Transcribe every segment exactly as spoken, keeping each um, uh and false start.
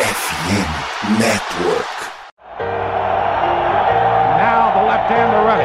F M Network. Now the left-hander ready.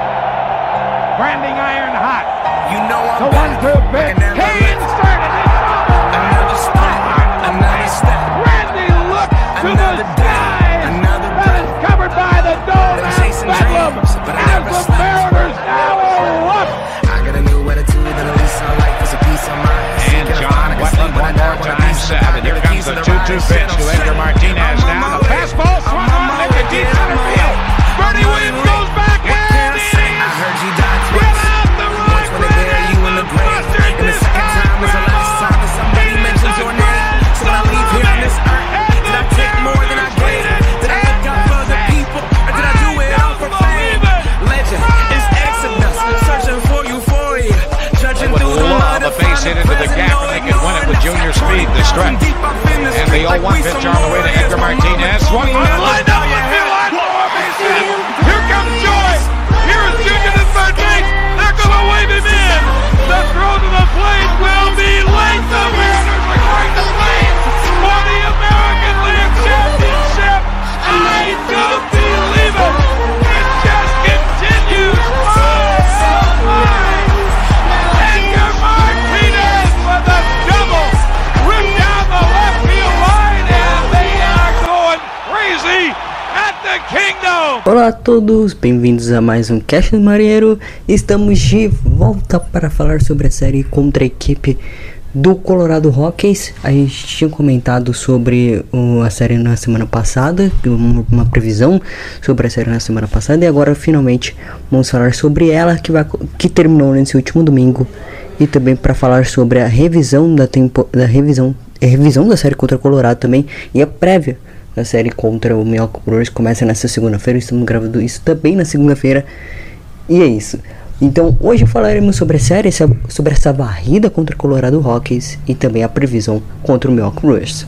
Branding iron hot. You know I'm the one two pitch. He inserted it. Another step. Another step. Randy looks to Another the day, skies. another That is covered by the dome Been and chasing bedlam. dreams, but I As never the slept. Mariners now erupt. I got a new attitude and at least I like for some peace of mind. And John Wetland one more time set. And here comes the two two pitch to Edgar Martinez now. The fastball swung on, make a deep center field. Bernie Williams goes back and I heard you die get twice. out the right Once when they bury you in the grave, and the second time was the last time that somebody mentions your name. So when I leave here on this earth, did I take more than I gave? Did I look out for the people, or did I do it all for fame? Legend is Exodus, searching for euphoria, judging through the mud The to base hit find the into the present, gap, and they can win it with junior speed, the stretch. And the oh one pitch on the way to Edgar Martinez. Swung on the line down the field line. Here comes Joy. Here is Junior to third base. They're going to wave him in. The throw to the plate will be late. The Mariners are going to play for the American League Championship. I don't believe it. It just continues. Oh, oh my. Edgar Martinez with a double. Ripped down the left field line, and they are going crazy at the Kingdom. Olá a todos, bem-vindos a mais um Cast do Marinheiro. Estamos de volta para falar sobre a série contra a equipe do Colorado Rockies. A gente tinha comentado sobre uh, a série na semana passada, uma, uma previsão sobre a série na semana passada, e agora finalmente vamos falar sobre ela, que, vai, que terminou nesse último domingo, e também para falar sobre a revisão da, tempo, da revisão, a revisão da série contra o Colorado também, e a prévia da série contra o Milwaukee Brewers. Começa nessa segunda-feira, estamos gravando isso também na segunda-feira, e é isso. Então hoje falaremos sobre a série, sobre essa varrida contra o Colorado Rockies e também a previsão contra o Milwaukee Brewers.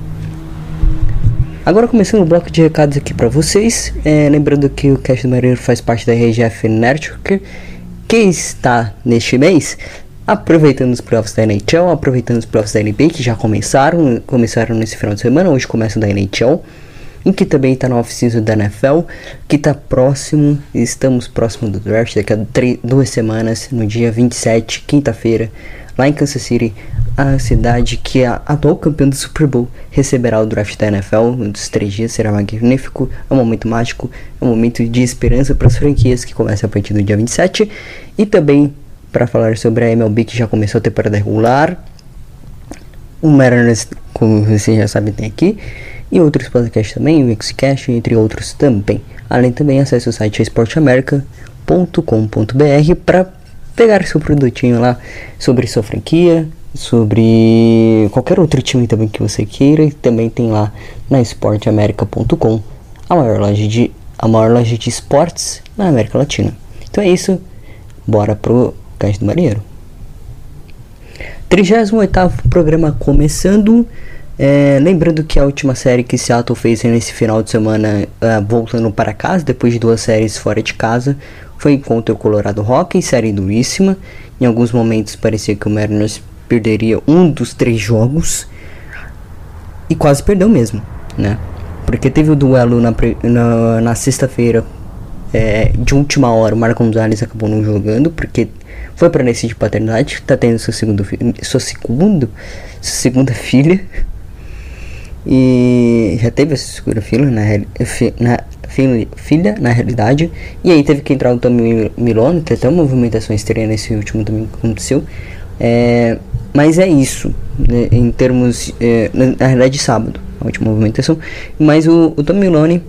Agora começando o bloco de recados aqui para vocês, é, lembrando que o Cast do Marinheiro faz parte da R G F Network, que está neste mês aproveitando os playoffs da N H L, aproveitando os playoffs da N B A que já começaram, começaram nesse final de semana. Hoje começa da N H L, em que também está na off-season da N F L, que está próximo, estamos próximo do draft, daqui a três, duas semanas, no dia vinte e sete, quinta-feira, lá em Kansas City, a cidade que é a atual campeã do Super Bowl receberá o draft da N F L. Um dos três dias será magnífico, é um momento mágico, é um momento de esperança para as franquias que começam a partir do dia vinte e sete, e também para falar sobre a M L B que já começou a temporada regular, o Mariners, como vocês já sabem, tem aqui, e outros podcasts também, o Xcast, entre outros também. Além também, acesse o site esporte america ponto com ponto b r para pegar seu produtinho lá sobre sua franquia, sobre qualquer outro time também que você queira. E também tem lá na esporte america ponto com a maior loja de a maior loja de esportes na América Latina. Então é isso, bora pro Cast do Marinheiro. trigésimo oitavo programa começando. É, lembrando que a última série que Seattle fez nesse final de semana, uh, voltando para casa, depois de duas séries fora de casa, foi contra o Colorado Rockies, série duríssima. Em alguns momentos parecia que o Mariners perderia um dos três jogos, e quase perdeu mesmo, né? Porque teve o duelo na, na, na sexta-feira, é, de última hora. O Marco Gonzalez acabou não jogando, porque foi para nesse de paternidade, está tendo seu segundo, seu segundo, sua segunda filha. E já teve essa segunda filha na, na, filha, filha, na realidade. E aí teve que entrar o Tommy Milone, tem até uma movimentação estranha nesse último domingo que aconteceu. É, mas é isso, né, em termos, é, na, na realidade sábado, a última movimentação. Mas o, o Tommy Milone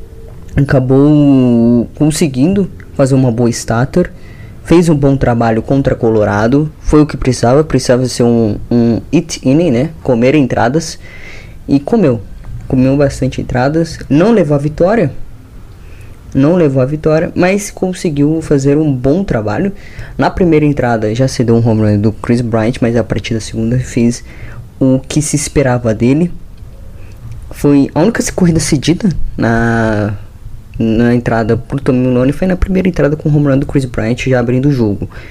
acabou conseguindo fazer uma boa starter, fez um bom trabalho contra Colorado, foi o que precisava, precisava ser um, um eat inning, né, comer entradas, e comeu, comeu bastante entradas, não levou a vitória, não levou a vitória, mas conseguiu fazer um bom trabalho. Na primeira entrada já cedeu um home run do Chris Bryant, mas a partir da segunda fez o que se esperava dele. Foi a única corrida cedida na, na entrada por Tommy Milone, foi na primeira entrada com o home run do Chris Bryant, já abrindo o jogo.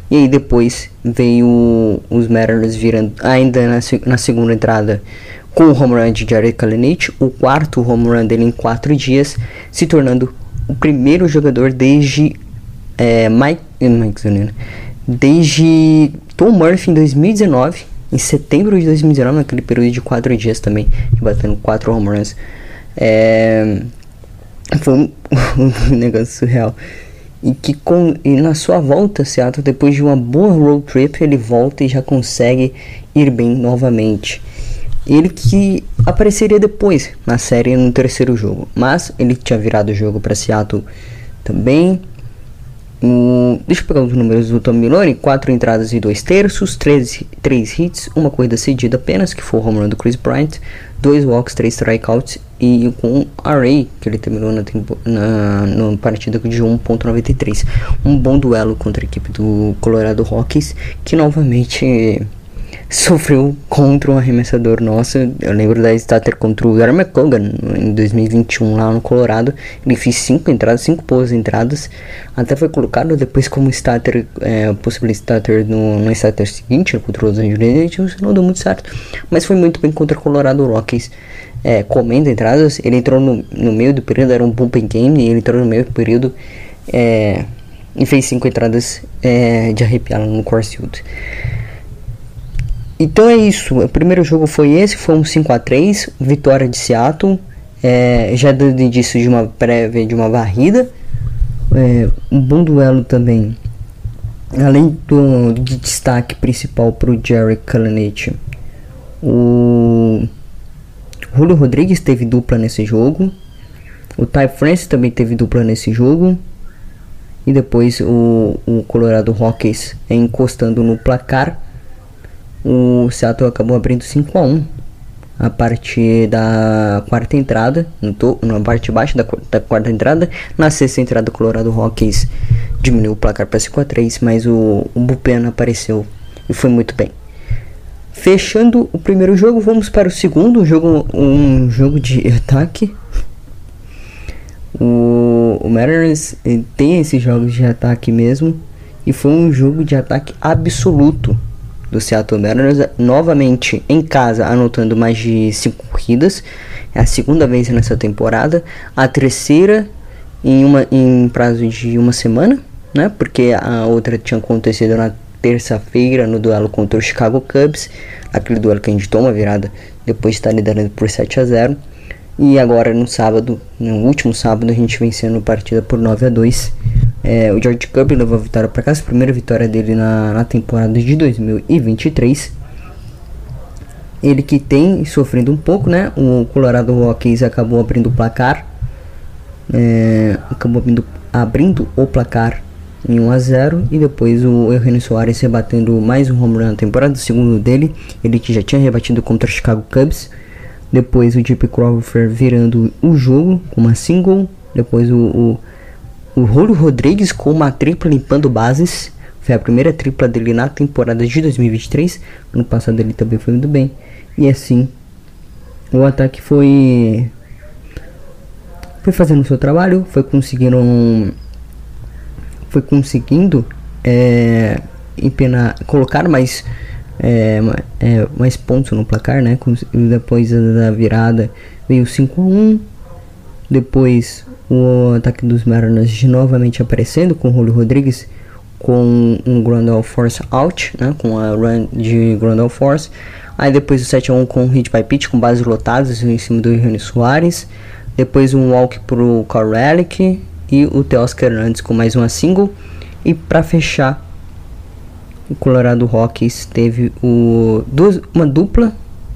E aí depois veio os Mariners virando, ainda na, na segunda entrada, com o home run de Jarred Kelenic, o quarto home run dele em quatro dias, se tornando o primeiro jogador desde é, Mike, Mike desde Tom Murphy em dois mil e dezenove, em setembro de dois mil e dezenove, naquele período de quatro dias também, batendo quatro home runs. É, foi um, um negócio surreal. E que com, e na sua volta, Seattle, depois de uma boa road trip, ele volta e já consegue ir bem novamente. Ele que apareceria depois na série no terceiro jogo, mas ele tinha virado o jogo para Seattle também. Um, deixa eu pegar os números do Tom Milone: quatro entradas e dois terços, três hits, uma corrida cedida apenas, que foi o home run do Chris Bryant, dois walks, três strikeouts, e com um R A que ele terminou na, tempo, na, na partida de um ponto noventa e três. Um bom duelo contra a equipe do Colorado Rockies, que novamente sofreu contra um arremessador nosso. Eu lembro da starter contra o Aaron McColgan em dois mil e vinte e um lá no Colorado. Ele fez cinco entradas, cinco boas entradas, até foi colocado depois como starter, é, possível starter no, no starter seguinte contra os Angeles Angels. Não deu muito certo, mas foi muito bem contra o Colorado Rockies, é, comendo entradas. Ele entrou no, no meio do período, era um bullpen game, e ele entrou no meio do período é, e fez cinco entradas é, de arrepiar no Coors Field. Então é isso, o primeiro jogo foi esse, foi um cinco a três, vitória de Seattle, é, já dando indício de uma prévia, de uma varrida, é, um bom duelo também, além do de destaque principal para o Jarred Kelenic. O Julio Rodrigues teve dupla nesse jogo, o Ty France também teve dupla nesse jogo, e depois o, o Colorado Rockies encostando no placar. O Seattle acabou abrindo cinco a um a partir da quarta entrada, no to, na parte de baixo da, da quarta entrada. Na sexta entrada, o Colorado Rockies diminuiu o placar para cinco a três, mas o, o bullpen apareceu e foi muito bem. Fechando o primeiro jogo, vamos para o segundo jogo, um jogo de ataque. O, o Mariners tem esses jogos de ataque mesmo, e foi um jogo de ataque absoluto do Seattle Mariners, novamente em casa, anotando mais de cinco corridas. É a segunda vez nessa temporada, a terceira em, uma, em prazo de uma semana, né? Porque a outra tinha acontecido na terça-feira no duelo contra o Chicago Cubs, aquele duelo que a gente toma virada depois de estar liderando por sete a zero. E agora no sábado, no último sábado, a gente vencendo a partida por nove a dois. É, o George Kirby levou a vitória para casa, a primeira vitória dele na, na temporada de dois mil e vinte e três. Ele que tem sofrendo um pouco, né? O Colorado Rockies acabou abrindo o placar, é, acabou abrindo, abrindo o placar em um a zero, e depois o Eugenio Suárez rebatendo mais um home run na temporada, o segundo dele, ele que já tinha rebatido contra o Chicago Cubs. Depois o J P Crawford virando o jogo com uma single. Depois o, o, o Julio Rodrigues com uma tripla limpando bases. Foi a primeira tripla dele na temporada de dois mil e vinte e três. Ano passado ele também foi muito bem. E assim, o ataque foi foi fazendo o seu trabalho. Foi conseguindo um, Foi conseguindo é, empenar, colocar mais É, é, mais pontos no placar, né? Depois da virada veio cinco a um. Depois o ataque dos Mariners de novamente aparecendo, com o Julio Rodrigues com um ground force out, né? Com a run de ground force. Aí depois o sete a um com hit by pitch, com bases lotadas em cima do Eugenio Suárez. Depois um walk pro Carl Relic e o Teoscar Hernandez com mais uma single. E para fechar, o Colorado Rockies teve o, duas, uma dupla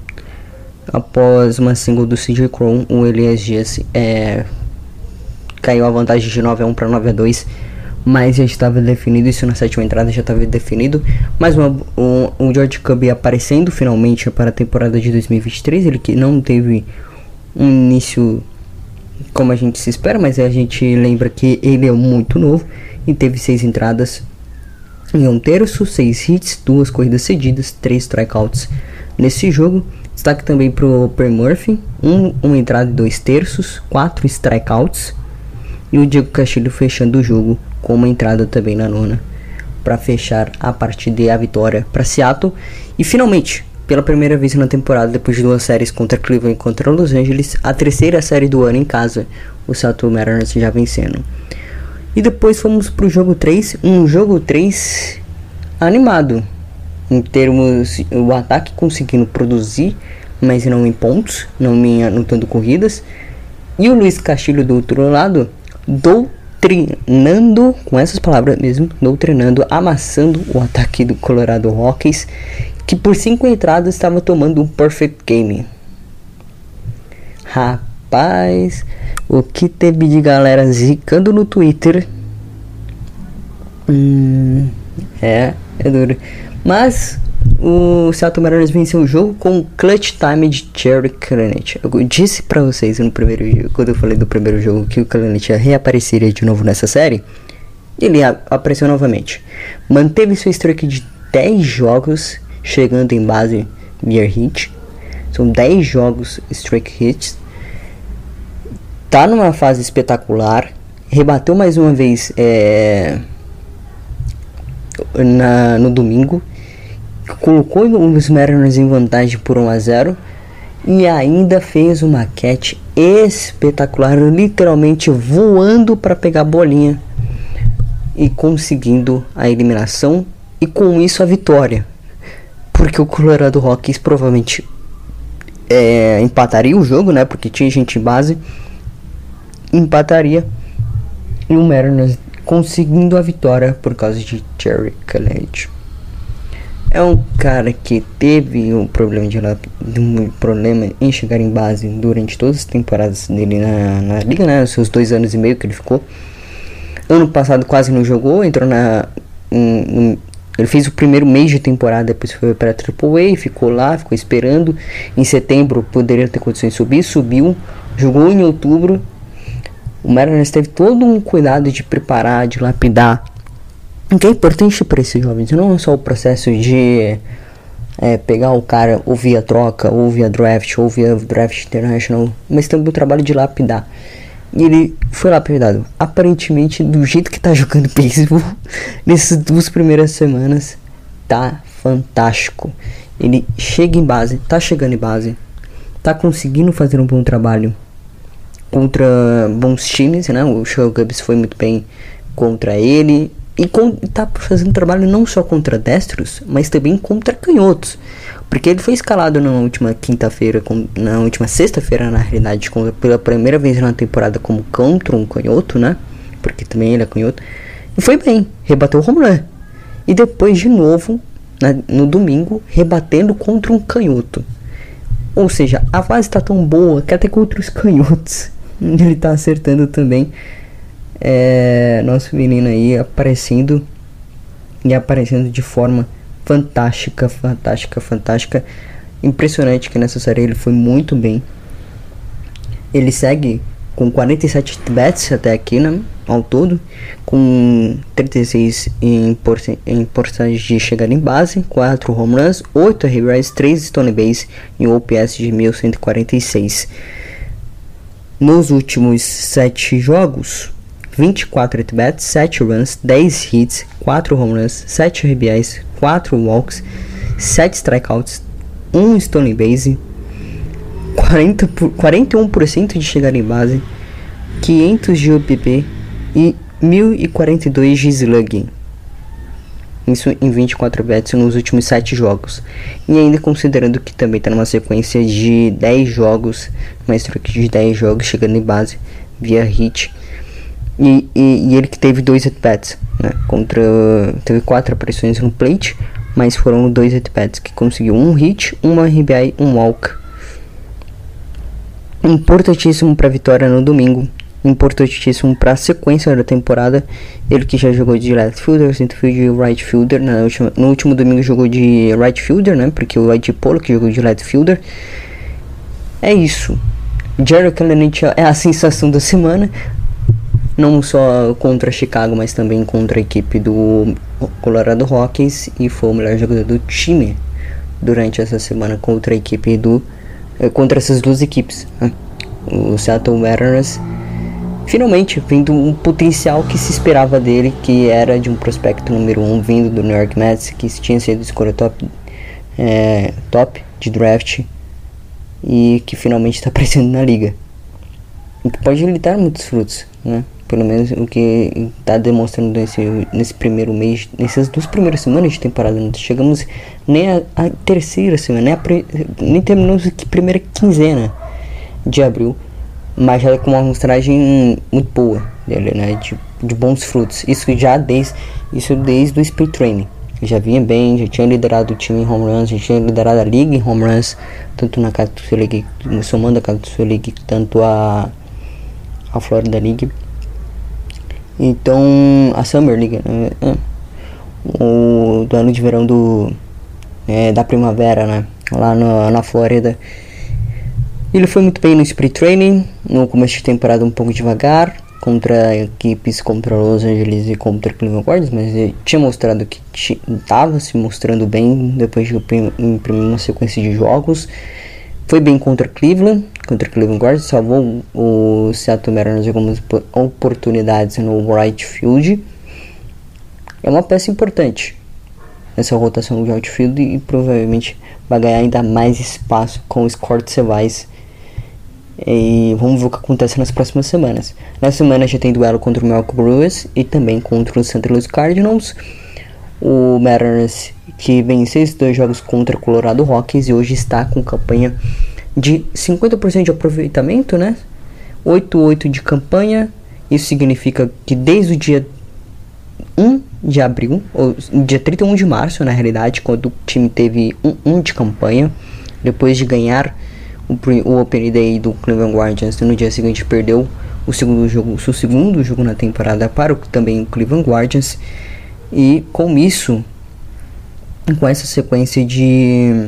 após uma single do C J Cron. O Elias Dias é, caiu a vantagem de nove a um para nove a dois, mas já estava definido. Isso na sétima entrada já estava definido. Mais uma, um, o George Kirby aparecendo finalmente para a temporada de dois mil e vinte e três. Ele que não teve um início como a gente se espera, mas a gente lembra que ele é muito novo e teve seis entradas em um terço, seis hits, duas corridas cedidas, três strikeouts nesse jogo. Destaque também pro Per Murphy, um, uma entrada e dois terços, quatro strikeouts. E o Diego Castillo fechando o jogo com uma entrada também na nona. para fechar a partida e a vitória para Seattle. E finalmente, pela primeira vez na temporada, depois de duas séries contra Cleveland e contra Los Angeles, a terceira série do ano em casa, o Seattle Mariners já vencendo. E depois fomos pro jogo três, um jogo três animado, em termos, o ataque conseguindo produzir, mas não em pontos, não em anotando corridas, e o Luiz Castilho do outro lado, doutrinando, com essas palavras mesmo, doutrinando, amassando o ataque do Colorado Rockies, que por cinco entradas estava tomando um perfect game. Rapaz, o que teve de galera zicando no Twitter, hum, é, é duro. Mas o Seattle Mariners venceu o jogo com o clutch time de Jarred Kelenic. Eu disse pra vocês no primeiro jogo, quando eu falei do primeiro jogo, que o Kelenic reapareceria de novo nessa série. Ele apareceu novamente. Manteve sua streak de dez jogos, chegando em base via hit. São dez jogos streak hits. Tá numa fase espetacular. Rebateu mais uma vez é, na, no domingo. Colocou os Mariners em vantagem por um a zero. E ainda fez uma catch espetacular, literalmente voando para pegar a bolinha e conseguindo a eliminação. E com isso a vitória. Porque o Colorado Rockies provavelmente é, empataria o jogo, né? Porque tinha gente em base. Empataria. E o Mariners conseguindo a vitória por causa de Jarred Kelenic. É um cara que teve um problema, de, um problema em chegar em base durante todas as temporadas dele na, na liga, né? Os seus dois anos e meio que ele ficou. Ano passado quase não jogou, entrou na... Um, um, ele fez o primeiro mês de temporada, depois foi para a Triple A, ficou lá, ficou esperando. Em setembro poderia ter condições de subir, subiu, jogou em outubro. O Mariners teve todo um cuidado de preparar, de lapidar. O que é importante para esses jovens não é só o processo de é, pegar o cara ou via troca, ou via draft, ou via draft international, mas também o trabalho de lapidar. E ele foi lapidado. Aparentemente, do jeito que tá jogando beisebol, nessas duas primeiras semanas, tá fantástico. Ele chega em base, tá chegando em base, tá conseguindo fazer um bom trabalho contra bons times, né? O Chicago Cubs foi muito bem contra ele. E com, tá fazendo trabalho não só contra destros, mas também contra canhotos. Porque ele foi escalado na última quinta-feira, na última sexta-feira, na realidade, pela primeira vez na temporada como contra um canhoto, né? Porque também ele é canhoto. E foi bem, rebateu o home run. E depois de novo, na, no domingo, rebatendo contra um canhoto. Ou seja, a fase tá tão boa que até contra os canhotos ele tá acertando também. É, nosso menino aí aparecendo e aparecendo de forma fantástica, fantástica, fantástica. Impressionante que nessa série ele foi muito bem. Ele segue com quarenta e sete bats até aqui, né, ao todo, com trinta e seis em, porcent- em porcentagem de chegada em base, quatro home runs, oito R B Is, três stone base e um O P S de mil cento e quarenta e seis. Nos últimos sete jogos, vinte e quatro at-bats, sete runs, dez hits, quatro home runs, sete R B Is, quatro walks, sete strikeouts, um stolen base, quarenta por, quarenta e um por cento de chegada em base, quinhentos de O B P e mil e quarenta e dois de slugging. Isso em vinte e quatro bats nos últimos sete jogos. E ainda considerando que também está numa sequência de dez jogos, uma streak de dez jogos chegando em base via hit. E, e, e ele que teve dois at-bats, né? Contra, teve quatro aparições no plate, mas foram dois at-bats que conseguiu um hit, uma R B I, um walk. Importantíssimo para a vitória no domingo, importantíssimo para a sequência da temporada. Ele que já jogou de left fielder, center fielder e right fielder. Na última, no último domingo jogou de right fielder, né? Porque o Ed Polo que jogou de left fielder. É isso. Jarred Kelenic é a sensação da semana. Não só contra Chicago, mas também contra a equipe do Colorado Rockies. E foi o melhor jogador do time durante essa semana contra a equipe do... Contra essas duas equipes, né? O Seattle Mariners finalmente vendo um potencial que se esperava dele, que era de um prospecto número um vindo do New York Mets, que tinha sido escolha top, é, top de draft e que finalmente está aparecendo na liga. E que pode lhe dar muitos frutos, né? Pelo menos o que está demonstrando nesse, nesse primeiro mês, nessas duas primeiras semanas de temporada. Não chegamos nem a, a terceira semana, nem, a pre, nem terminamos a primeira quinzena de abril, mas já com uma amostragem muito boa dele, né? De, de bons frutos. Isso já desde, isso desde o Spring Training. Já vinha bem, já tinha liderado o time em home runs, já tinha liderado a liga em home runs, tanto na Cactus League, somando a Cactus League, tanto a, a Florida League. Então, a Summer League, né? É, o do ano de verão do, é, da primavera, né? Lá na, na Flórida. Ele foi muito bem no Spring Training, no começo de temporada um pouco devagar, contra equipes contra Los Angeles e contra Cleveland Guardians, mas ele tinha mostrado que estava se mostrando bem depois de imprimir uma sequência de jogos. Foi bem contra Cleveland, contra Cleveland Guardians, salvou o Seattle Mariners algumas oportunidades no right field. É uma peça importante nessa rotação de outfield e provavelmente vai ganhar ainda mais espaço com o Scott Servais. E vamos ver o que acontece nas próximas semanas. Na semana já tem duelo contra o Milwaukee Brewers e também contra o Saint Louis Cardinals. O Mariners, que venceu esses dois jogos contra o Colorado Rockies e hoje está com campanha de cinquenta por cento de aproveitamento, né? oito a oito de campanha. Isso significa que desde o dia um de abril, ou dia trinta e um de março, na realidade, quando o time teve um a um de campanha, depois de ganhar o, o Opening Day do Cleveland Guardians, no dia seguinte perdeu o segundo jogo, o seu segundo jogo na temporada para o, também o Cleveland Guardians. E com isso, com essa sequência de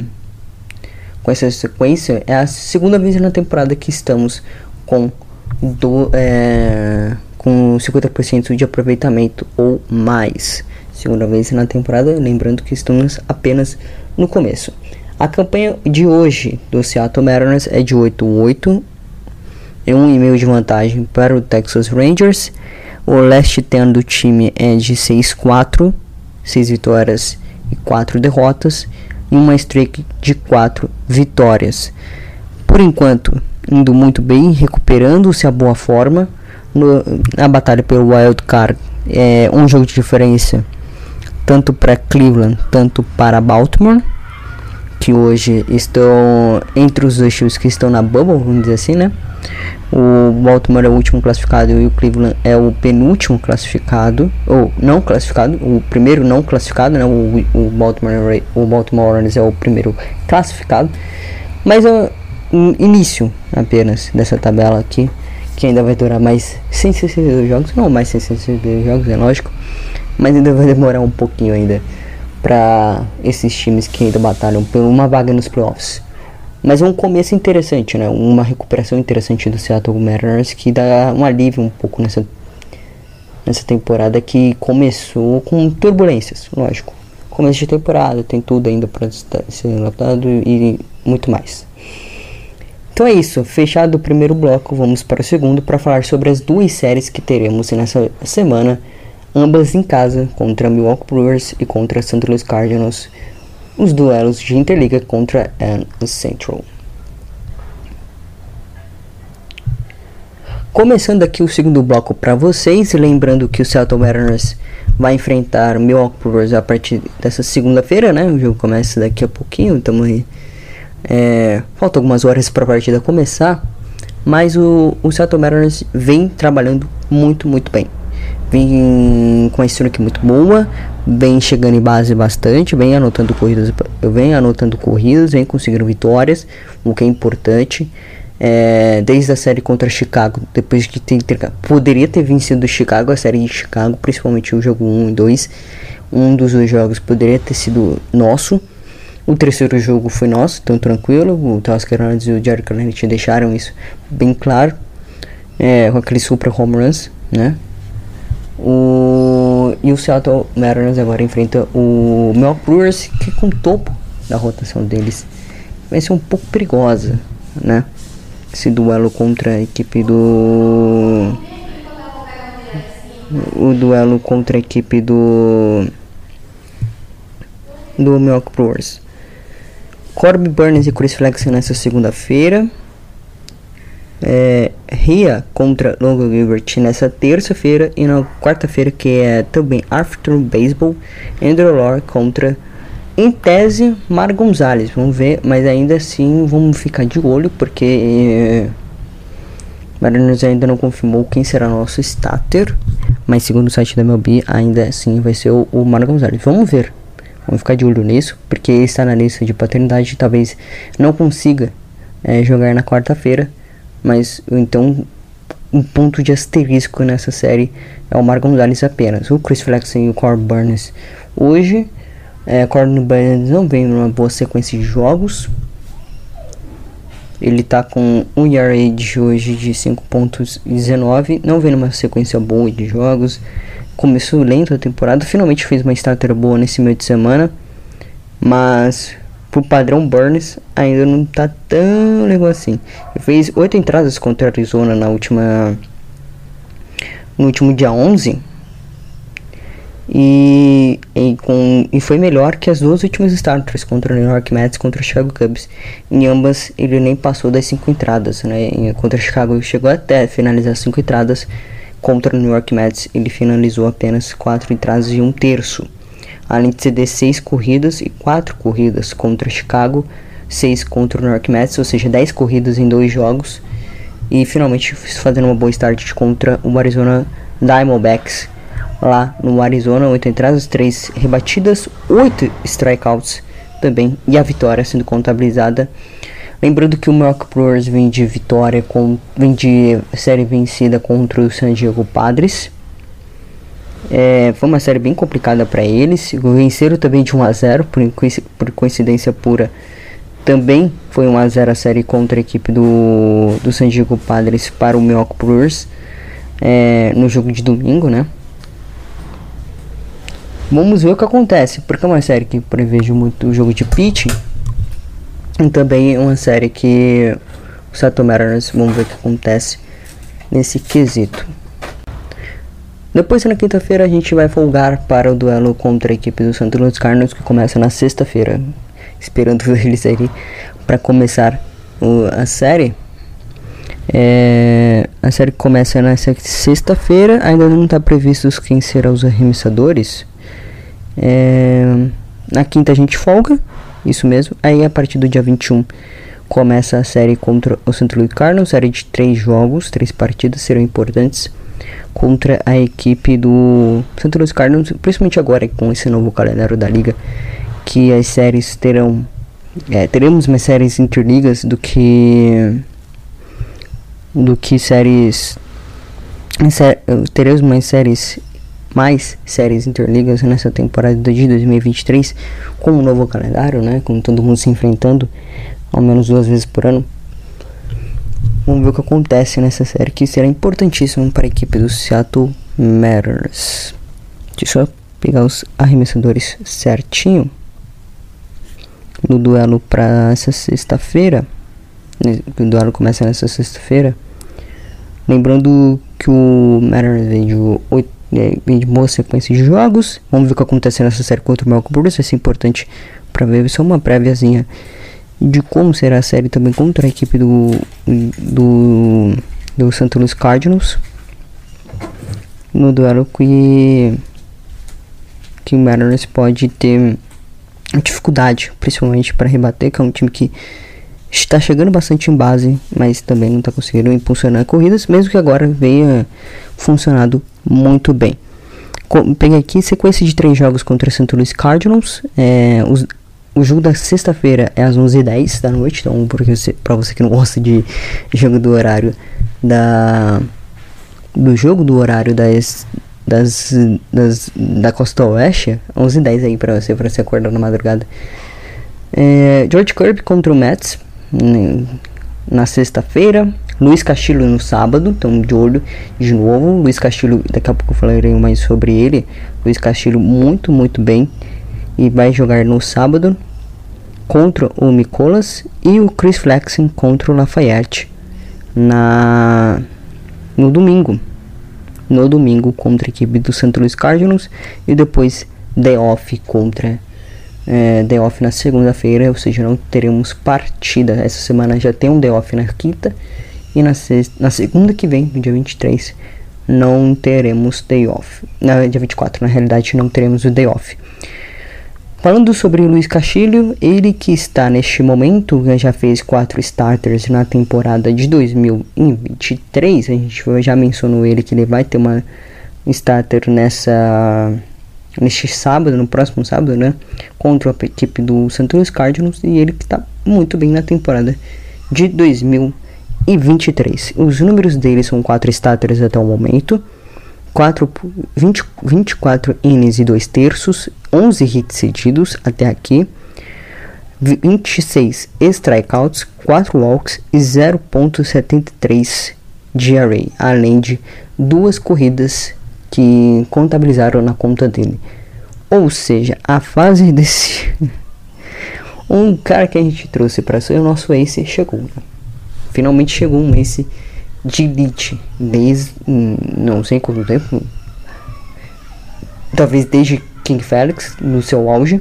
com essa sequência é a segunda vez na temporada que estamos com do é, com cinquenta por cento de aproveitamento ou mais. Segunda vez na temporada, lembrando que estamos apenas no começo. A campanha de hoje do Seattle Mariners é de oito a oito, e um e meio de vantagem para o Texas Rangers. O last ten do time é de seis a quatro, seis vitórias e quatro derrotas, e uma streak de quatro vitórias. Por enquanto, indo muito bem, recuperando-se a boa forma. No, na batalha pelo Wild Card, é um jogo de diferença tanto para Cleveland, tanto para Baltimore, que hoje estão entre os dois times que estão na bubble, vamos dizer assim, né? O Baltimore é o último classificado e o Cleveland é o penúltimo classificado, ou não classificado, o primeiro não classificado, né? O, o Baltimore, o Baltimore Orioles é o primeiro classificado, mas é o início apenas dessa tabela aqui, que ainda vai durar mais cento e sessenta e dois jogos, não mais cento e sessenta e dois jogos, é lógico, mas ainda vai demorar um pouquinho ainda para esses times que ainda batalham por uma vaga nos playoffs. Mas é um começo interessante, né? Uma recuperação interessante do Seattle Mariners, que dá um alívio um pouco nessa, nessa temporada que começou com turbulências, lógico. Começo de temporada, tem tudo ainda para ser notado e muito mais. Então é isso, fechado o primeiro bloco, vamos para o segundo para falar sobre as duas séries que teremos nessa semana, ambas em casa, contra Milwaukee Brewers e contra Saint Louis Cardinals, os duelos de Interliga contra a N L Central. Começando aqui o segundo bloco para vocês, lembrando que o Seattle Mariners vai enfrentar o Milwaukee Brewers a partir dessa segunda-feira, né? O jogo começa daqui a pouquinho, estamos aí. É, faltam algumas horas para a partida começar, mas o, o Seattle Mariners vem trabalhando muito, muito bem. Vem com uma streak muito boa, vem chegando em base bastante, vem anotando corridas, vem anotando corridas, vem conseguindo vitórias, o que é importante. É, desde a série contra Chicago, depois de ter, ter poderia ter vencido Chicago, a série de Chicago, principalmente o jogo um e dois, um dos dois jogos poderia ter sido nosso. O terceiro jogo foi nosso, tão tranquilo. O Teoscar Hernandez e o Jerry Carnegie deixaram isso bem claro, é, com aquele super home runs, né? O, e o Seattle Mariners agora enfrenta o Milwaukee Brewers, que com o topo da rotação deles vai ser um pouco perigosa, né? Esse duelo contra a equipe do o duelo contra a equipe do do Milwaukee Brewers. Corbin Burnes e Chris Flexen nessa segunda-feira. É, Ria contra Logan Gilbert nessa terça-feira. E na quarta-feira, que é também Afternoon Baseball, Andrew Lore contra, em tese, Mar Gonzalez. Vamos ver, mas ainda assim vamos ficar de olho, porque é, Mariners ainda não confirmou quem será nosso starter, mas segundo o site da M L B, ainda assim vai ser o, o Mar Gonzalez. Vamos ver, vamos ficar de olho nisso, porque ele está na lista de paternidade, talvez não consiga é, jogar na quarta-feira, mas então um ponto de asterisco nessa série é o Mar Gonzalez apenas. O Chris Flexen e o Corbin Burnes hoje. É, Corbin Burnes não vem numa boa sequência de jogos. Ele tá com um E R A de hoje de cinco ponto dezenove. Não vem numa sequência boa de jogos. Começou lento a temporada. Finalmente fez uma starter boa nesse meio de semana. Mas pro padrão Burnes ainda não tá tão legal assim. Ele fez oito entradas contra a Arizona na última no último dia onze. E, e, com, e foi melhor que as duas últimas starters, contra o New York Mets e contra o Chicago Cubs. Em ambas ele nem passou das cinco entradas, né? Em, contra o Chicago ele chegou até finalizar cinco entradas. Contra o New York Mets ele finalizou apenas quatro entradas e um terço, além de ceder seis corridas e quatro corridas contra Chicago, seis contra o New York Mets, ou seja, dez corridas em dois jogos. E finalmente fazendo uma boa start contra o Arizona Diamondbacks, lá no Arizona, oito entradas, três rebatidas, oito strikeouts também, e a vitória sendo contabilizada. Lembrando que o Milwaukee Brewers vem de vitória, com, vem de série vencida contra o San Diego Padres. É, foi uma série bem complicada para eles. Venceram também de um a zero, por, por coincidência pura. Também foi um a zero a série contra a equipe do, do San Diego Padres para o Milwaukee Brewers, é, no jogo de domingo, né? Vamos ver o que acontece, porque é uma série que prevejo muito o jogo de pitching. E também é uma série que o Seattle Mariners, vamos ver o que acontece nesse quesito. Depois, na quinta-feira, a gente vai folgar para o duelo contra a equipe do Saint Louis Cardinals, que começa na sexta-feira. Esperando eles aí para começar o, a série. É, a série começa nessa sexta-feira. Ainda não está previsto quem serão os arremessadores. É, na quinta a gente folga, isso mesmo. Aí a partir do dia vinte e um começa a série contra o Saint Louis Cardinals. Série de três jogos, três partidas serão importantes contra a equipe do Saint Louis Cardinals, principalmente agora com esse novo calendário da liga, que as séries terão é, teremos mais séries interligas do que do que séries sé, teremos mais séries mais séries interligas nessa temporada de dois mil e vinte e três, com um novo calendário, né, com todo mundo se enfrentando ao menos duas vezes por ano. Vamos ver o que acontece nessa série, que será importantíssimo para a equipe do Seattle Mariners. Deixa eu só pegar os arremessadores certinho no duelo para essa sexta-feira. O duelo começa nessa sexta-feira. Lembrando que o Mariners vem de, oito, vem de boa sequência de jogos. Vamos ver o que acontece nessa série contra o Milwaukee Brewers. Vai ser importante para ver só uma préviazinha de como será a série também contra a equipe do do, do Saint Louis Cardinals, no duelo que que o Mariners pode ter dificuldade, principalmente para rebater, que é um time que está chegando bastante em base, mas também não está conseguindo impulsionar corridas, mesmo que agora venha funcionado muito bem. Peguei aqui sequência de três jogos contra o Saint Louis Cardinals. É, os O jogo da sexta-feira é às onze e dez da noite, então porque você, pra você que não gosta de jogo do horário da do jogo do horário das das, das da costa oeste, onze e dez aí pra você, pra você acordar na madrugada. É, George Kirby contra o Mets né, na sexta-feira. Luiz Castillo no sábado, então de olho de novo. Luiz Castillo, daqui a pouco eu falarei mais sobre ele. Luiz Castillo muito, muito bem. E vai jogar no sábado contra o Nicolas, e o Chris Flexen contra o Lafayette na no domingo. no domingo contra a equipe do Saint Louis Cardinals e depois day off contra é, day off na segunda-feira, ou seja, não teremos partida. Essa semana já tem um day off na quinta e na, sexta, na segunda que vem, no dia vinte e três, não teremos day off. Na dia vinte e quatro, na realidade, não teremos o day off. Falando sobre o Luiz Castilho, ele que está neste momento, já fez quatro starters na temporada de dois mil e vinte e três. A gente já mencionou ele que ele vai ter uma starter nessa neste sábado, no próximo sábado, né, contra a equipe do Saint Louis Cardinals, e ele que está muito bem na temporada de dois mil e vinte e três. Os números dele são quatro starters até o momento. quatro, vinte, vinte e quatro innings e dois terços, onze hits cedidos até aqui, vinte e seis strikeouts, quatro walks e zero ponto setenta e três de E R A, além de duas corridas que contabilizaram na conta dele. Ou seja, a fase desse um cara que a gente trouxe para ser o nosso ace chegou, né? Finalmente chegou um ace de elite, desde não sei quanto tempo, talvez desde King Felix no seu auge.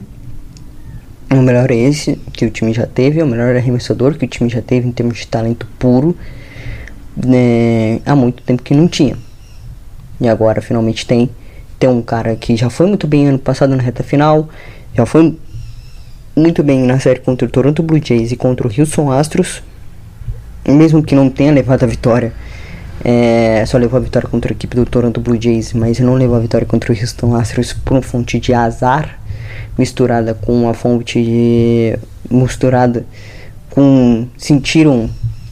O melhor ace que o time já teve, o melhor arremessador que o time já teve em termos de talento puro, né, há muito tempo que não tinha, e agora finalmente tem. Tem um cara que já foi muito bem ano passado na reta final, já foi muito bem na série contra o Toronto Blue Jays e contra o Houston Astros, mesmo que não tenha levado a vitória, é, só levou a vitória contra a equipe do Toronto Blue Jays, mas não levou a vitória contra o Houston Astros por uma fonte de azar, misturada com uma fonte de, misturada com, sentiram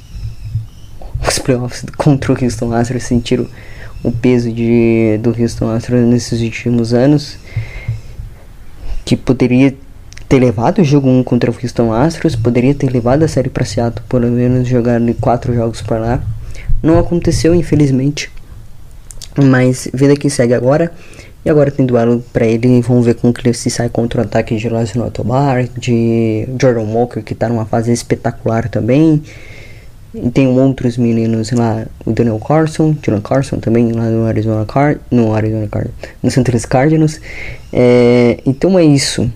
os playoffs contra o Houston Astros, sentiram o peso de, do Houston Astros nesses últimos anos, que poderia ter levado o jogo um contra o Houston Astros, poderia ter levado a série para Seattle, pelo menos jogar quatro jogos para lá. Não aconteceu, infelizmente, mas vida que segue agora. E agora tem duelo para ele, vamos ver como que ele se sai contra o ataque de Lázaro Tobar, de Jordan Walker, que está numa fase espetacular também. E tem outros meninos lá, o Daniel Carson, Dylan Carson também lá no Arizona Card, no Arizona Card, no Saint Louis Cardinals. É, então é isso.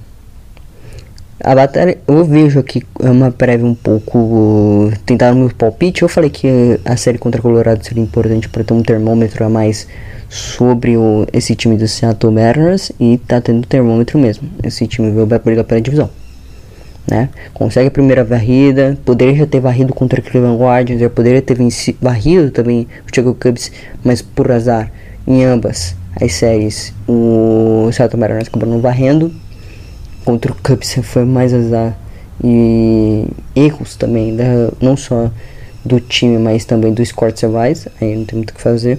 A batalha, eu vejo aqui uma prévia um pouco, tentar no meu palpite. Eu falei que a série contra Colorado seria importante para ter um termômetro a mais sobre o, esse time do Seattle Mariners, e tá tendo termômetro mesmo. Esse time veio para brigar pela divisão, né? Consegue a primeira varrida, poderia já ter varrido contra o Cleveland Guardians, já poderia ter vencido, varrido também o Chicago Cubs, mas por azar, em ambas as séries, o Seattle Mariners acabou não varrendo. Contra o Cubs foi mais azar e erros também, da, não só do time, mas também do Scott Service. Aí não tem muito o que fazer,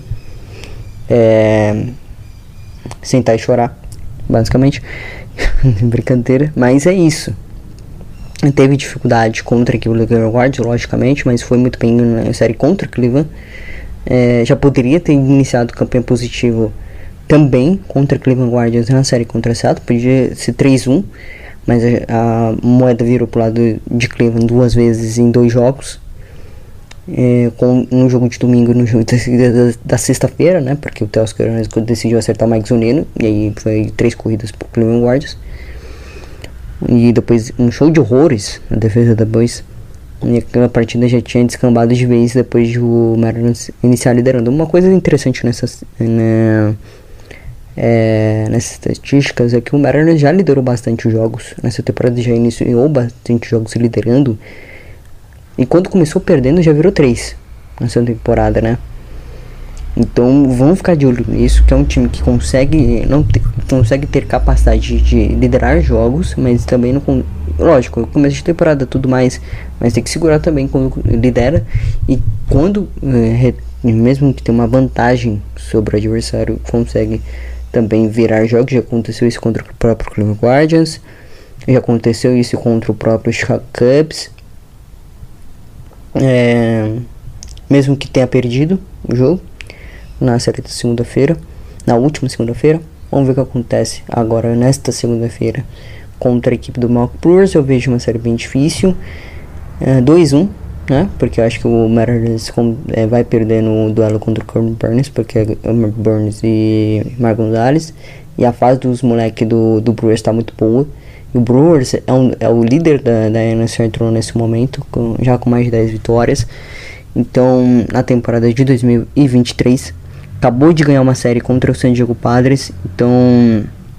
é, sentar e chorar, basicamente. Brincadeira, mas é isso. Teve dificuldade contra a equipe do Cleveland Guardians, logicamente, mas foi muito bem na série contra o Cleveland. É, já poderia ter iniciado campanha positivo também contra Cleveland Guardians na série contra a Seattle, podia ser três a um, mas a, a moeda virou pro lado de Cleveland duas vezes em dois jogos, é, com um jogo de domingo e no jogo da, da, da sexta-feira, né, porque o Teoscar decidiu acertar o Mike Zunino, e aí foi três corridas pro Cleveland Guardians, e depois um show de horrores na defesa da Boys, e aquela partida já tinha descambado de vez depois de o Mariners iniciar liderando. Uma coisa interessante nessa, né, É, nessas estatísticas é que o Mariners já liderou bastante os jogos nessa temporada, já iniciou bastante jogos liderando, e quando começou perdendo já virou três nessa temporada, né? Então vamos ficar de olho nisso, que é um time que consegue não ter, consegue ter capacidade de liderar jogos, mas também não, lógico, começo de temporada tudo mais, mas tem que segurar também quando lidera, e quando é, mesmo que tenha uma vantagem sobre o adversário, consegue também virar jogos. Já aconteceu isso contra o próprio Cleveland Guardians, já aconteceu isso contra o próprio Chicago Cubs, é, mesmo que tenha perdido o jogo na série da segunda-feira, na última segunda-feira. Vamos ver o que acontece agora nesta segunda-feira contra a equipe do Milwaukee Brewers. Eu vejo uma série bem difícil, é, dois a um né? Porque eu acho que o Mariners é, vai perder no duelo contra o Corbin Burnes, porque é Burnes e Mark Gonzalez. E a fase dos moleques do, do Brewers tá muito boa. E o Brewers é, um, é o líder da, da N L Central nesse momento, com, já com mais de dez vitórias. Então, na temporada de dois mil e vinte e três, acabou de ganhar uma série contra o San Diego Padres. Então,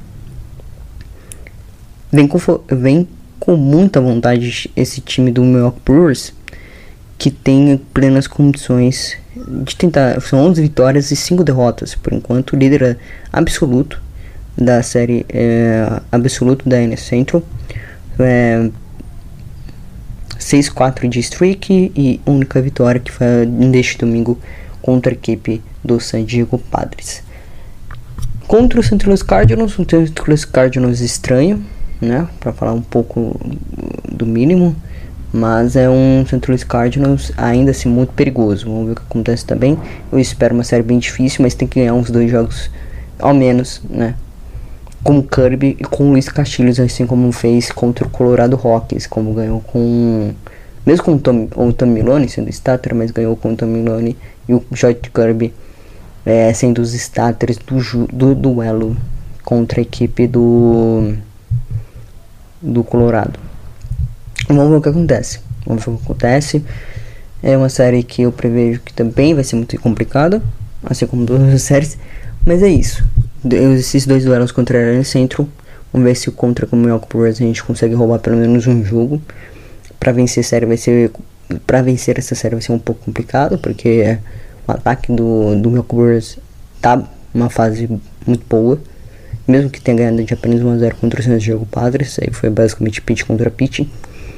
vem com, vem com muita vontade esse time do Milwaukee Brewers, que tem plenas condições de tentar. São onze vitórias e cinco derrotas, por enquanto, líder absoluto da série, é, absoluto da N L Central, é, seis quatro de streak, e única vitória que foi neste domingo contra a equipe do San Diego Padres. Contra o Saint Louis Cardinals, o Saint Louis Cardinals estranho, né, para falar um pouco do mínimo, mas é um Saint Louis Cardinals ainda assim muito perigoso. Vamos ver o que acontece também. Eu espero uma série bem difícil, mas tem que ganhar uns dois jogos ao menos, né, com o Kirby e com o Luiz Castilhos, assim como fez contra o Colorado Rockies, como ganhou com, mesmo com o Tom, o Tom Milone sendo starter, mas ganhou com o Tom Milone e o Josh Kirby é, sendo os starters do, do duelo contra a equipe do do Colorado. Vamos ver o que acontece. Vamos ver o que acontece. É uma série que eu prevejo que também vai ser muito complicada, assim como todas as séries, mas é isso. Esses dois duelos contra a N L Central. Vamos ver se contra o Milwaukee Brewers a gente consegue roubar pelo menos um jogo. Para vencer a série vai ser, para vencer essa série vai ser um pouco complicado, porque o ataque do do Milwaukee Brewers tá numa fase muito boa, mesmo que tenha ganhado de apenas um a zero contra o San Diego Padres. Aí foi basicamente pitch contra pitch.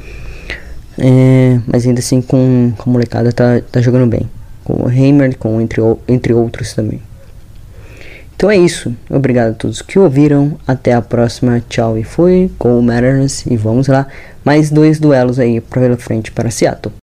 É, mas ainda assim com, com a molecada tá, tá jogando bem, com o Heimer, com entre, entre outros também. Então é isso, obrigado a todos que ouviram, até a próxima, tchau e fui, com o Mariners, e vamos lá, mais dois duelos aí pela frente para Seattle.